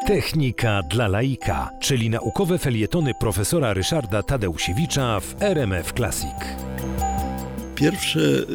Technika dla laika, czyli naukowe felietony profesora Ryszarda Tadeusiewicza w RMF Classic. Pierwsze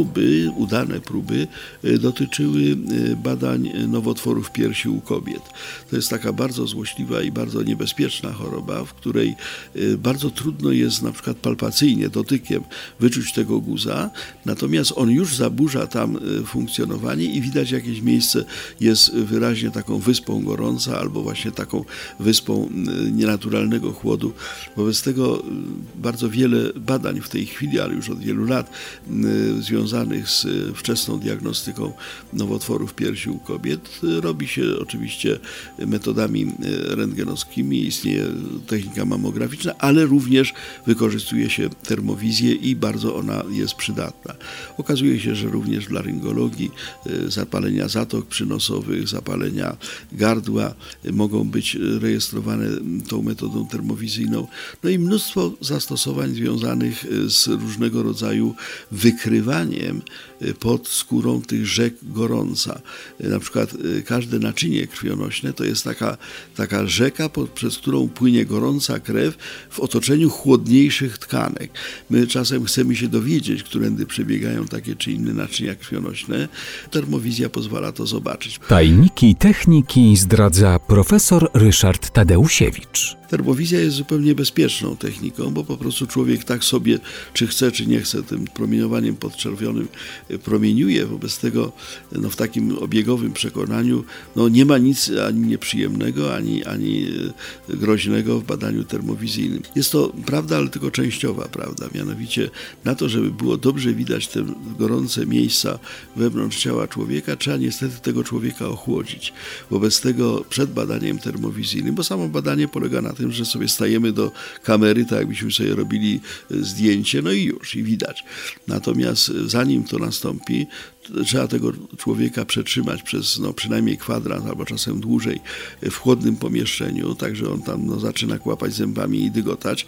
udane próby dotyczyły badań nowotworów piersi u kobiet. To jest taka bardzo złośliwa i bardzo niebezpieczna choroba, w której bardzo trudno jest na przykład palpacyjnie, dotykiem wyczuć tego guza, natomiast on już zaburza tam funkcjonowanie i widać jakieś miejsce jest wyraźnie taką wyspą gorąca albo właśnie taką wyspą nienaturalnego chłodu. Wobec tego bardzo wiele badań w tej chwili, ale już od wielu lat, związanych z wczesną diagnostyką nowotworów piersi u kobiet robi się oczywiście metodami rentgenowskimi, istnieje technika mammograficzna, ale również wykorzystuje się termowizję i bardzo ona jest przydatna. Okazuje się, że również w laryngologii zapalenia zatok przynosowych, zapalenia gardła mogą być rejestrowane tą metodą termowizyjną. No i mnóstwo zastosowań związanych z różnego rodzaju wykrywaniem pod skórą tych rzek gorąca. Na przykład każde naczynie krwionośne to jest taka rzeka, przez którą płynie gorąca krew w otoczeniu chłodniejszych tkanek. My czasem chcemy się dowiedzieć, którędy przebiegają takie czy inne naczynia krwionośne. Termowizja pozwala to zobaczyć. Tajniki techniki zdradza profesor Ryszard Tadeusiewicz. Termowizja jest zupełnie bezpieczną techniką, bo po prostu człowiek tak sobie, czy chce, czy nie chce, tym promieniowaniem podczerwionym promieniuje. Wobec tego w takim obiegowym przekonaniu nie ma nic ani nieprzyjemnego, ani groźnego w badaniu termowizyjnym. Jest to prawda, ale tylko częściowa prawda. Mianowicie na to, żeby było dobrze widać te gorące miejsca wewnątrz ciała człowieka, trzeba niestety tego człowieka ochłodzić. Wobec tego przed badaniem termowizyjnym, bo samo badanie polega na tym, że sobie stajemy do kamery, tak jakbyśmy sobie robili zdjęcie, i widać. Natomiast zanim to nastąpi, trzeba tego człowieka przetrzymać przez przynajmniej kwadrans, albo czasem dłużej w chłodnym pomieszczeniu, tak że on tam zaczyna kłapać zębami i dygotać.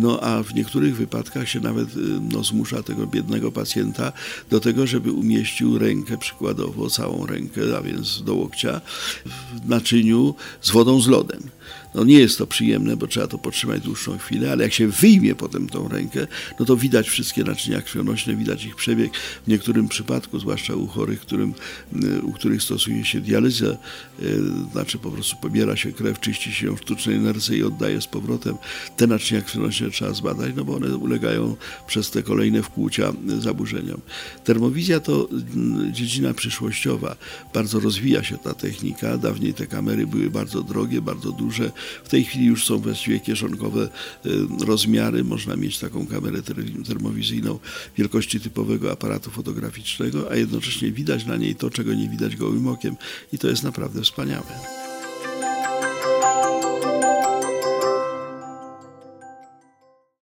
A w niektórych wypadkach się nawet zmusza tego biednego pacjenta do tego, żeby umieścił rękę, przykładowo całą rękę, a więc do łokcia, w naczyniu z wodą z lodem. Nie jest to przyjemne, bo trzeba to podtrzymać dłuższą chwilę, ale jak się wyjmie potem tą rękę, to widać wszystkie naczynia krwionośne, widać ich przebieg. W niektórym przypadku, zwłaszcza u chorych, u których stosuje się dializę, znaczy po prostu pobiera się krew, czyści się ją w sztucznej nerce i oddaje z powrotem. Te naczynia krwionośne trzeba zbadać, bo one ulegają przez te kolejne wkłucia zaburzeniom. Termowizja to dziedzina przyszłościowa. Bardzo rozwija się ta technika. Dawniej te kamery były bardzo drogie, bardzo duże. W tej chwili już są właściwie kieszonkowe rozmiary. Można mieć taką kamerę termowizyjną wielkości typowego aparatu fotograficznego, a jednocześnie widać na niej to, czego nie widać gołym okiem. I to jest naprawdę wspaniałe.